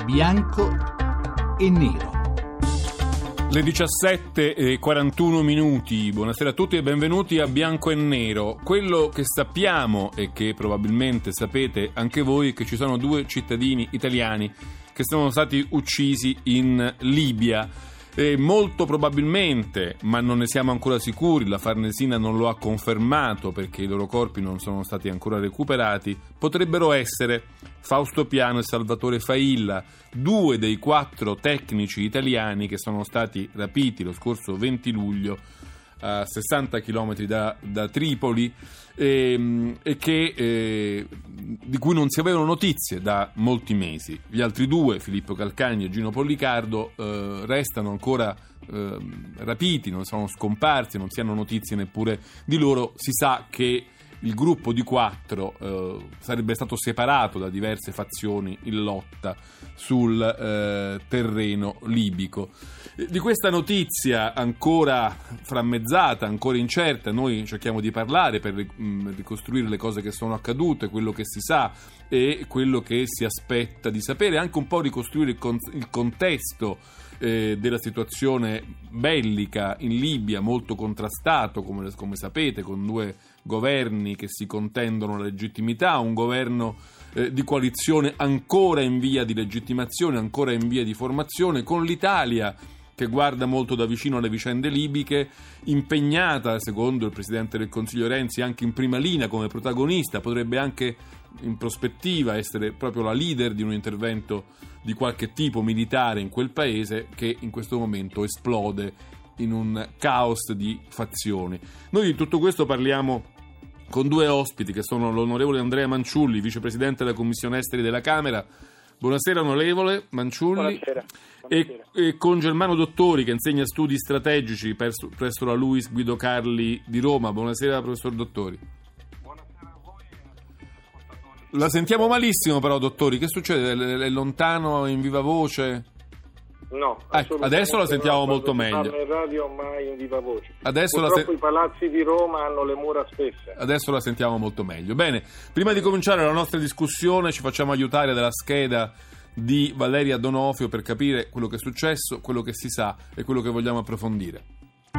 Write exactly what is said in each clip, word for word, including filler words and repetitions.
Bianco e nero. Le diciassette e quarantuno minuti, buonasera a tutti e benvenuti a Bianco e Nero. Quello che sappiamo e che probabilmente sapete anche voi è che ci sono due cittadini italiani che sono stati uccisi in Libia. E molto probabilmente, ma non ne siamo ancora sicuri, la Farnesina non lo ha confermato perché i loro corpi non sono stati ancora recuperati, potrebbero essere Fausto Piano e Salvatore Failla, due dei quattro tecnici italiani che sono stati rapiti lo scorso venti luglio a sessanta chilometri da, da Tripoli e, e che, eh, di cui non si avevano notizie da molti mesi. Gli altri due, Filippo Calcagni e Gino Pollicardo, eh, restano ancora eh, rapiti, non sono scomparsi, non si hanno notizie neppure di loro. Si sa che il gruppo di quattro eh, sarebbe stato separato da diverse fazioni in lotta sul eh, terreno libico. Di questa notizia ancora frammezzata, ancora incerta, noi cerchiamo di parlare per ricostruire le cose che sono accadute, quello che si sa e quello che si aspetta di sapere, anche un po' ricostruire il, con- il contesto eh, della situazione bellica in Libia, molto contrastato, come, come sapete, con due governi che si contendono la legittimità, un governo eh, di coalizione ancora in via di legittimazione, ancora in via di formazione, con l'Italia che guarda molto da vicino alle vicende libiche, impegnata, secondo il Presidente del Consiglio Renzi, anche in prima linea come protagonista, potrebbe anche in prospettiva essere proprio la leader di un intervento di qualche tipo militare in quel paese che in questo momento esplode in un caos di fazioni. Noi di tutto questo parliamo con due ospiti che sono l'onorevole Andrea Manciulli, vicepresidente della Commissione Esteri della Camera. Buonasera onorevole Manciulli. Buonasera. E, e con Germano Dottori che insegna studi strategici presso, presso la Luis Guido Carli di Roma. Buonasera professor Dottori. Buonasera a voi e a tutti gli ascoltatori. La sentiamo malissimo però Dottori, che succede? È, è lontano, in viva voce? No, ecco, adesso la sentiamo no, molto meglio. Non in radio mai in viva voce. Adesso Purtroppo la se- i palazzi di Roma hanno le mura spesse. Adesso la sentiamo molto meglio. Bene, prima di cominciare la nostra discussione ci facciamo aiutare dalla scheda di Valeria Donofrio per capire quello che è successo, quello che si sa e quello che vogliamo approfondire.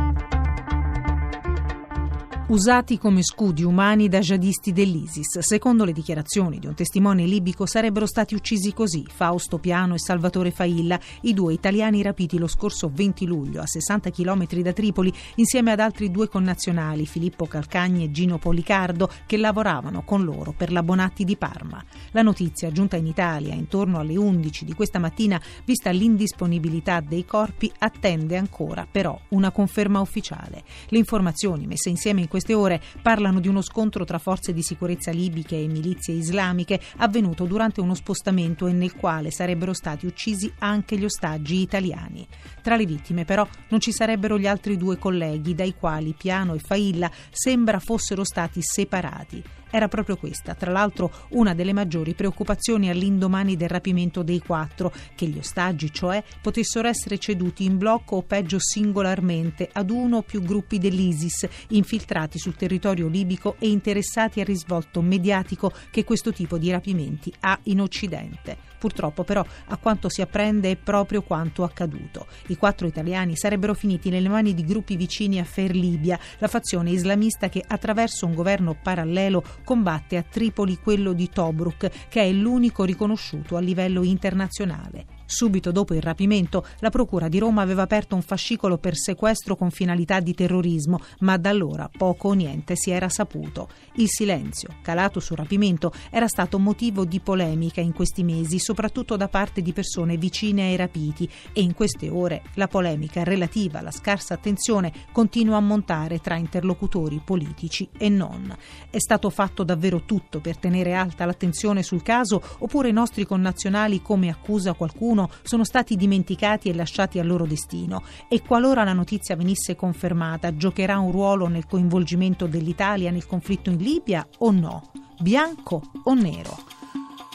Usati come scudi umani da jihadisti dell'ISIS. Secondo le dichiarazioni di un testimone libico sarebbero stati uccisi così Fausto Piano e Salvatore Failla, i due italiani rapiti lo scorso venti luglio a sessanta chilometri da Tripoli insieme ad altri due connazionali, Filippo Calcagni e Gino Pollicardo, che lavoravano con loro per la Bonatti di Parma. La notizia, giunta in Italia intorno alle undici di questa mattina, vista l'indisponibilità dei corpi, attende ancora però una conferma ufficiale. Le informazioni messe insieme in queste ore parlano di uno scontro tra forze di sicurezza libiche e milizie islamiche avvenuto durante uno spostamento e nel quale sarebbero stati uccisi anche gli ostaggi italiani. Tra le vittime però non ci sarebbero gli altri due colleghi dai quali Piano e Failla sembra fossero stati separati. Era proprio questa, tra l'altro, una delle maggiori preoccupazioni all'indomani del rapimento dei quattro, che gli ostaggi, cioè, potessero essere ceduti in blocco o peggio singolarmente ad uno o più gruppi dell'ISIS infiltrati sul territorio libico e interessati al risvolto mediatico che questo tipo di rapimenti ha in Occidente. Purtroppo però a quanto si apprende è proprio quanto accaduto. I quattro italiani sarebbero finiti nelle mani di gruppi vicini a Fair Libia, la fazione islamista che attraverso un governo parallelo combatte a Tripoli quello di Tobruk, che è l'unico riconosciuto a livello internazionale. Subito dopo il rapimento, la Procura di Roma aveva aperto un fascicolo per sequestro con finalità di terrorismo, ma da allora poco o niente si era saputo. Il silenzio, calato sul rapimento, era stato motivo di polemica in questi mesi, soprattutto da parte di persone vicine ai rapiti, e in queste ore la polemica relativa alla scarsa attenzione continua a montare tra interlocutori politici e non. È stato fatto davvero tutto per tenere alta l'attenzione sul caso, oppure i nostri connazionali, come accusa qualcuno, sono stati dimenticati e lasciati al loro destino? E qualora la notizia venisse confermata, giocherà un ruolo nel coinvolgimento dell'Italia nel conflitto in Libia o no? Bianco o nero?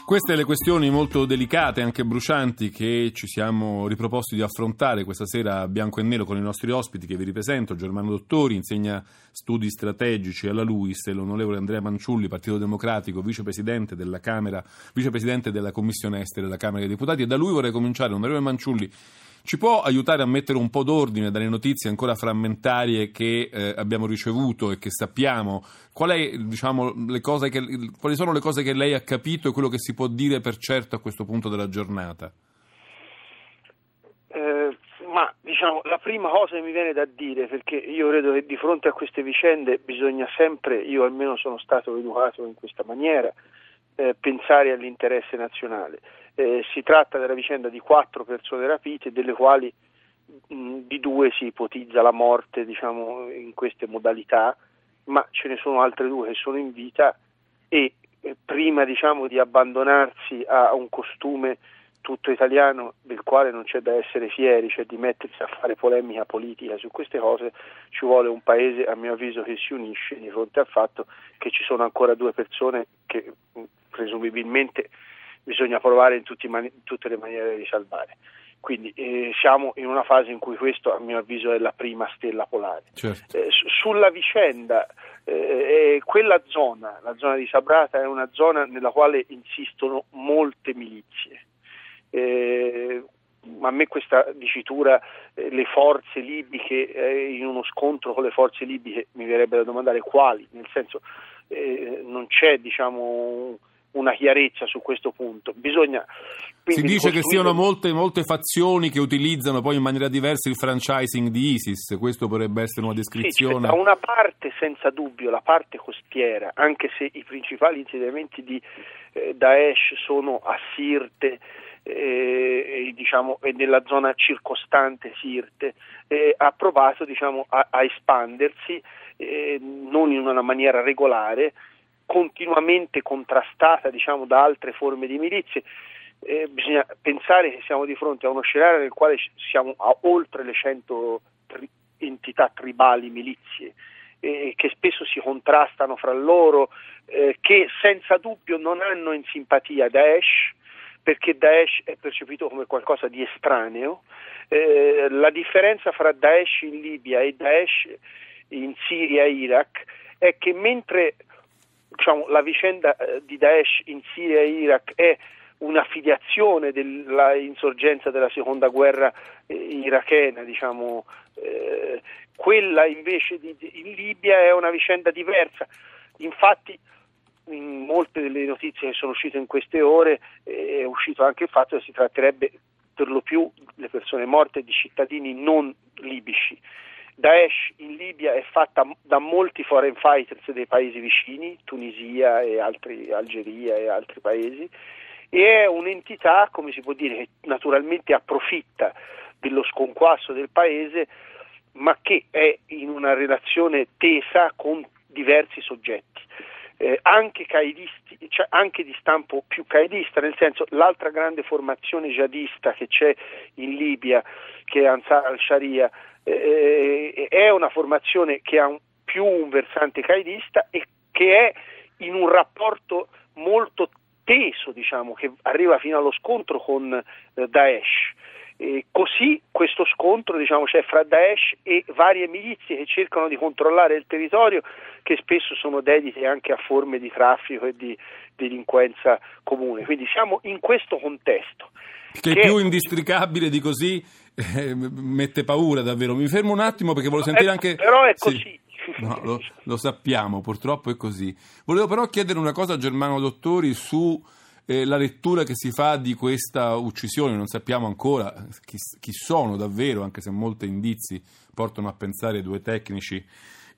Queste le questioni molto delicate, anche brucianti, che ci siamo riproposti di affrontare questa sera a Bianco e Nero con i nostri ospiti che vi ripresento. Germano Dottori, insegna studi strategici alla LUISS, e l'onorevole Andrea Manciulli, Partito Democratico, vicepresidente della Camera, vicepresidente della Commissione Esteri della Camera dei Deputati. E da lui vorrei cominciare. Onorevole Manciulli, ci può aiutare a mettere un po' d'ordine dalle notizie ancora frammentarie che eh, abbiamo ricevuto e che sappiamo? Qual è, diciamo, le cose che, quali sono le cose che lei ha capito e quello che si può dire per certo a questo punto della giornata? Eh, ma diciamo la prima cosa che mi viene da dire, perché io credo che di fronte a queste vicende bisogna sempre, io almeno sono stato educato in questa maniera, eh, pensare all'interesse nazionale. Eh, si tratta della vicenda di quattro persone rapite, delle quali mh, di due si ipotizza la morte, diciamo, in queste modalità, ma ce ne sono altre due che sono in vita e eh, prima, diciamo, di abbandonarsi a un costume tutto italiano del quale non c'è da essere fieri, cioè di mettersi a fare polemica politica su queste cose, ci vuole un paese, a mio avviso, che si unisce di fronte al fatto che ci sono ancora due persone che mh, presumibilmente bisogna provare in, tutti, in tutte le maniere di salvare. Quindi eh, siamo in una fase in cui questo, a mio avviso, è la prima stella polare. Certo. Eh, su, sulla vicenda, eh, quella zona, la zona di Sabrata, è una zona nella quale insistono molte milizie. Eh, a me questa dicitura, eh, le forze libiche eh, in uno scontro con le forze libiche, mi verrebbe da domandare quali, nel senso eh, non c'è, diciamo, una chiarezza su questo punto. Bisogna si dice che siano molte, molte fazioni che utilizzano poi in maniera diversa il franchising di ISIS, questo potrebbe essere una descrizione. Sì, da una parte senza dubbio la parte costiera, anche se i principali insediamenti di eh, Daesh sono a Sirte eh, e, diciamo, e nella zona circostante Sirte, eh, ha provato, diciamo, a, a espandersi eh, non in una maniera regolare, continuamente contrastata, diciamo, da altre forme di milizie. Eh, bisogna pensare che siamo di fronte a uno scenario nel quale siamo a oltre le cento tri- entità tribali, milizie, eh, che spesso si contrastano fra loro, eh, che senza dubbio non hanno in simpatia Daesh, perché Daesh è percepito come qualcosa di estraneo. Eh, la differenza fra Daesh in Libia e Daesh in Siria e Iraq è che mentre, diciamo, la vicenda di Daesh in Siria e Iraq è una filiazione della insorgenza della seconda guerra eh, irachena, diciamo, eh, quella invece di, di, in Libia è una vicenda diversa. Infatti in molte delle notizie che sono uscite in queste ore eh, è uscito anche il fatto che si tratterebbe per lo più, le persone morte, di cittadini non libici. Daesh in Libia è fatta da molti foreign fighters dei paesi vicini, Tunisia e altri, Algeria e altri paesi, e è un'entità, come si può dire, che naturalmente approfitta dello sconquasso del paese, ma che è in una relazione tesa con diversi soggetti. Eh, anche qaedisti, cioè anche di stampo più qaedista, nel senso, l'altra grande formazione jihadista che c'è in Libia, che è Ansar al-Sharia, eh, è una formazione che ha un, più un versante qaedista e che è in un rapporto molto teso, diciamo, che arriva fino allo scontro con eh, Daesh. E così questo scontro, diciamo, c'è fra Daesh e varie milizie che cercano di controllare il territorio, che spesso sono dedite anche a forme di traffico e di delinquenza comune. Quindi siamo in questo contesto. Che è più indistricabile di così, eh, mette paura davvero. Mi fermo un attimo perché volevo sentire anche... Però è così. Sì. No, lo, lo sappiamo, purtroppo è così. Volevo però chiedere una cosa a Germano Dottori su eh, la lettura che si fa di questa uccisione. Non sappiamo ancora chi, chi sono davvero, anche se molti indizi portano a pensare due tecnici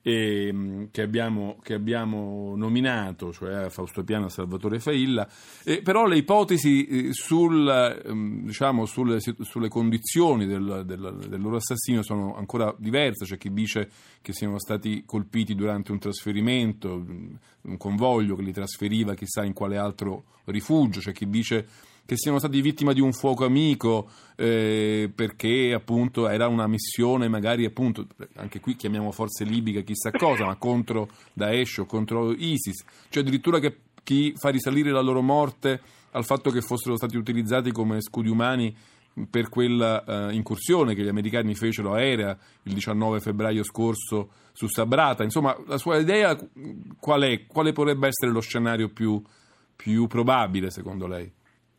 eh, che, abbiamo, che abbiamo nominato, cioè Fausto Piano e Salvatore Failla. Eh, però le ipotesi eh, sul, eh, diciamo, sulle, sulle condizioni del, del, del loro assassinio sono ancora diverse. C'è chi dice che siano stati colpiti durante un trasferimento, un convoglio che li trasferiva chissà in quale altro rifugio. C'è chi dice che siano stati vittima di un fuoco amico eh, perché appunto era una missione, magari appunto, anche qui chiamiamo forze libiche chissà cosa, ma contro Daesh o contro ISIS. Cioè addirittura che chi fa risalire la loro morte al fatto che fossero stati utilizzati come scudi umani per quella uh, incursione che gli americani fecero aerea il diciannove febbraio scorso su Sabrata. Insomma, la sua idea qual è? Quale potrebbe essere lo scenario più, più probabile secondo lei?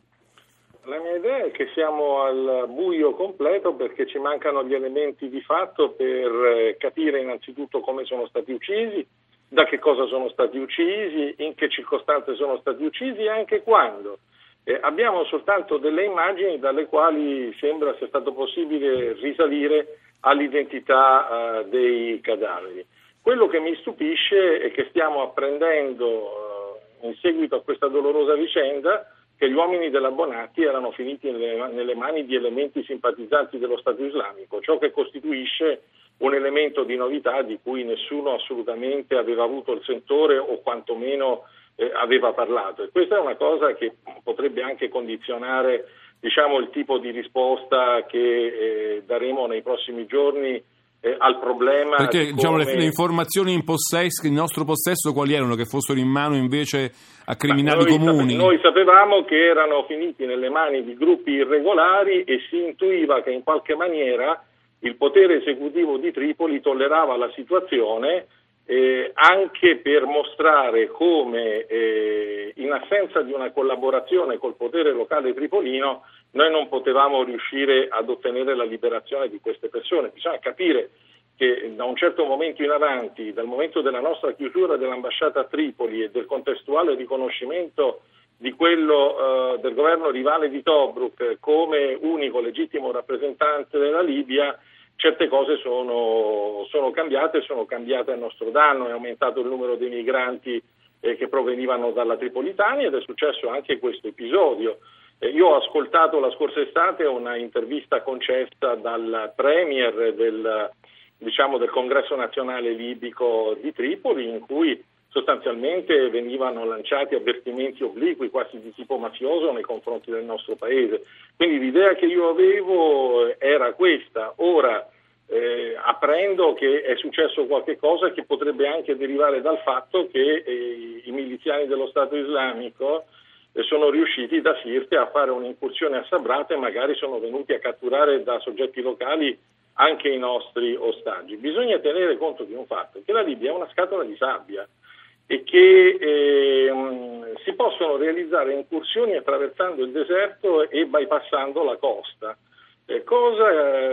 La mia idea è che siamo al buio completo perché ci mancano gli elementi di fatto per capire innanzitutto come sono stati uccisi, da che cosa sono stati uccisi, in che circostanze sono stati uccisi e anche quando. Eh, abbiamo soltanto delle immagini dalle quali sembra sia stato possibile risalire all'identità eh, dei cadaveri. Quello che mi stupisce è che stiamo apprendendo eh, in seguito a questa dolorosa vicenda che gli uomini della Bonatti erano finiti nelle, nelle mani di elementi simpatizzanti dello Stato islamico, ciò che costituisce un elemento di novità di cui nessuno assolutamente aveva avuto il sentore o quantomeno eh, aveva parlato. E questa è una cosa che potrebbe anche condizionare, diciamo, il tipo di risposta che eh, daremo nei prossimi giorni Eh, al problema. Perché come... diciamo, le, le informazioni in possesso, in nostro possesso quali erano? Che fossero in mano invece a criminali noi comuni? Sape- noi sapevamo che erano finiti nelle mani di gruppi irregolari e si intuiva che in qualche maniera il potere esecutivo di Tripoli tollerava la situazione eh, anche per mostrare come eh, in assenza di una collaborazione col potere locale tripolino noi non potevamo riuscire ad ottenere la liberazione di queste persone. Bisogna capire che da un certo momento in avanti, dal momento della nostra chiusura dell'ambasciata a Tripoli e del contestuale riconoscimento di quello eh, del governo rivale di Tobruk come unico legittimo rappresentante della Libia, certe cose sono, sono cambiate, sono cambiate a nostro danno, è aumentato il numero dei migranti eh, che provenivano dalla Tripolitania ed è successo anche questo episodio. Eh, io ho ascoltato la scorsa estate una intervista concessa dal premier del, diciamo, del Congresso Nazionale Libico di Tripoli in cui sostanzialmente venivano lanciati avvertimenti obliqui quasi di tipo mafioso nei confronti del nostro paese. Quindi l'idea che io avevo era questa. Ora eh, apprendo che è successo qualche cosa che potrebbe anche derivare dal fatto che eh, i miliziani dello Stato Islamico eh, sono riusciti da Sirte a fare un'incursione a Sabrata e magari sono venuti a catturare da soggetti locali anche i nostri ostaggi. Bisogna tenere conto di un fatto, che la Libia è una scatola di sabbia e che eh, si possono realizzare incursioni attraversando il deserto e bypassando la costa, eh, cosa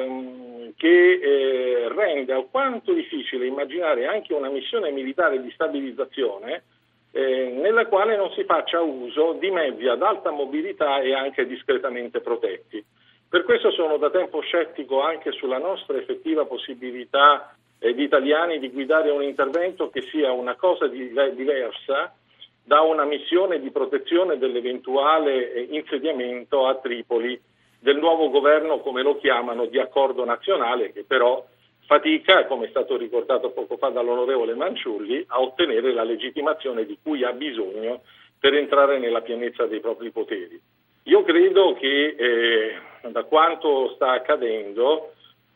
eh, che eh, rende alquanto difficile immaginare anche una missione militare di stabilizzazione eh, nella quale non si faccia uso di mezzi ad alta mobilità e anche discretamente protetti. Per questo sono da tempo scettico anche sulla nostra effettiva possibilità eh, di italiani di guidare un intervento che sia una cosa di, diversa da una missione di protezione dell'eventuale eh, insediamento a Tripoli del nuovo governo, come lo chiamano, di accordo nazionale, che però fatica, come è stato ricordato poco fa dall'onorevole Manciulli, a ottenere la legittimazione di cui ha bisogno per entrare nella pienezza dei propri poteri. Io credo che eh, da quanto sta accadendo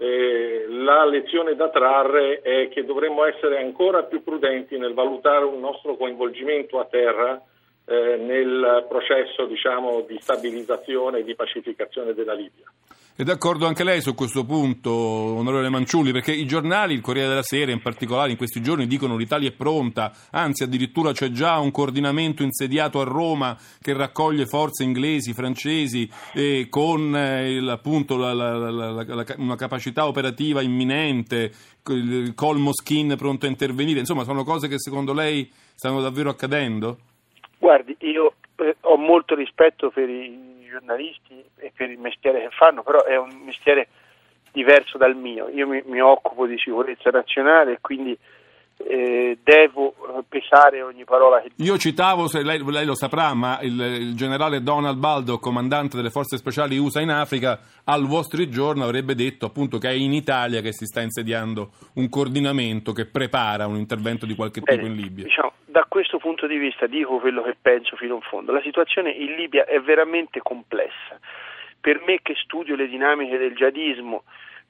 eh, la lezione da trarre è che dovremmo essere ancora più prudenti nel valutare un nostro coinvolgimento a terra eh, nel processo, diciamo, di stabilizzazione e di pacificazione della Libia. È d'accordo anche lei su questo punto, onorevole Manciulli, perché i giornali, il Corriere della Sera in particolare, in questi giorni dicono che l'Italia è pronta, anzi addirittura c'è già un coordinamento insediato a Roma che raccoglie forze inglesi, francesi, eh, con eh, il, appunto la, la, la, la, la, una capacità operativa imminente, il Col Moschin pronto a intervenire. Insomma, sono cose che secondo lei stanno davvero accadendo? Guardi, io eh, ho molto rispetto per i giornalisti e per il mestiere che fanno, però è un mestiere diverso dal mio. Io mi, mi occupo di sicurezza nazionale e quindi eh, devo pesare ogni parola che io citavo, se lei, lei lo saprà, ma il, il generale Donald Baldock, comandante delle forze speciali U S A in Africa, al Wall Street Journal avrebbe detto appunto che è in Italia che si sta insediando un coordinamento che prepara un intervento di qualche Bene, tipo in Libia. Diciamo, da questo punto di vista dico quello che penso fino in fondo. La situazione in Libia è veramente complessa. Per me che studio le dinamiche del jihadismo,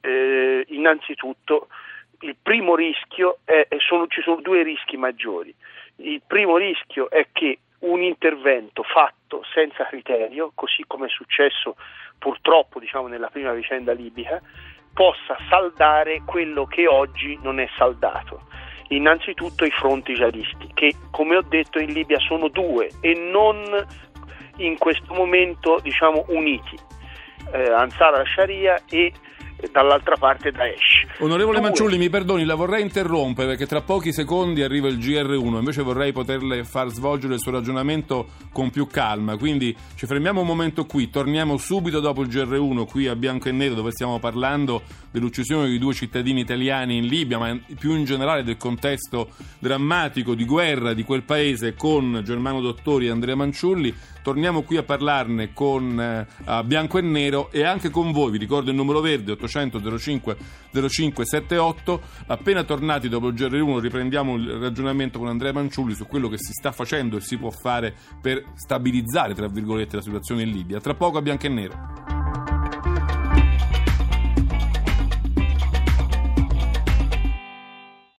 eh, innanzitutto il primo rischio è, sono, ci sono due rischi maggiori. Il primo rischio è che un intervento fatto senza criterio, così come è successo purtroppo diciamo nella prima vicenda libica, possa saldare quello che oggi non è saldato. Innanzitutto i fronti jihadisti, che come ho detto in Libia sono due e non in questo momento diciamo uniti, eh, Ansar al-Sharia e dall'altra parte Daesh. Onorevole Due. Manciulli, mi perdoni, la vorrei interrompere perché tra pochi secondi arriva il G R uno, invece vorrei poterle far svolgere il suo ragionamento con più calma, quindi ci fermiamo un momento qui, torniamo subito dopo il G R uno qui a Bianco e Nero, dove stiamo parlando dell'uccisione di due cittadini italiani in Libia, ma più in generale del contesto drammatico di guerra di quel paese, con Germano Dottori e Andrea Manciulli. Torniamo qui a parlarne con eh, a Bianco e Nero e anche con voi. Vi ricordo il numero verde ottocento zero cinque zero cinque settantotto. Appena tornati dopo il G R uno riprendiamo il ragionamento con Andrea Manciulli su quello che si sta facendo e si può fare per stabilizzare, tra virgolette, la situazione in Libia. Tra poco a Bianco e Nero.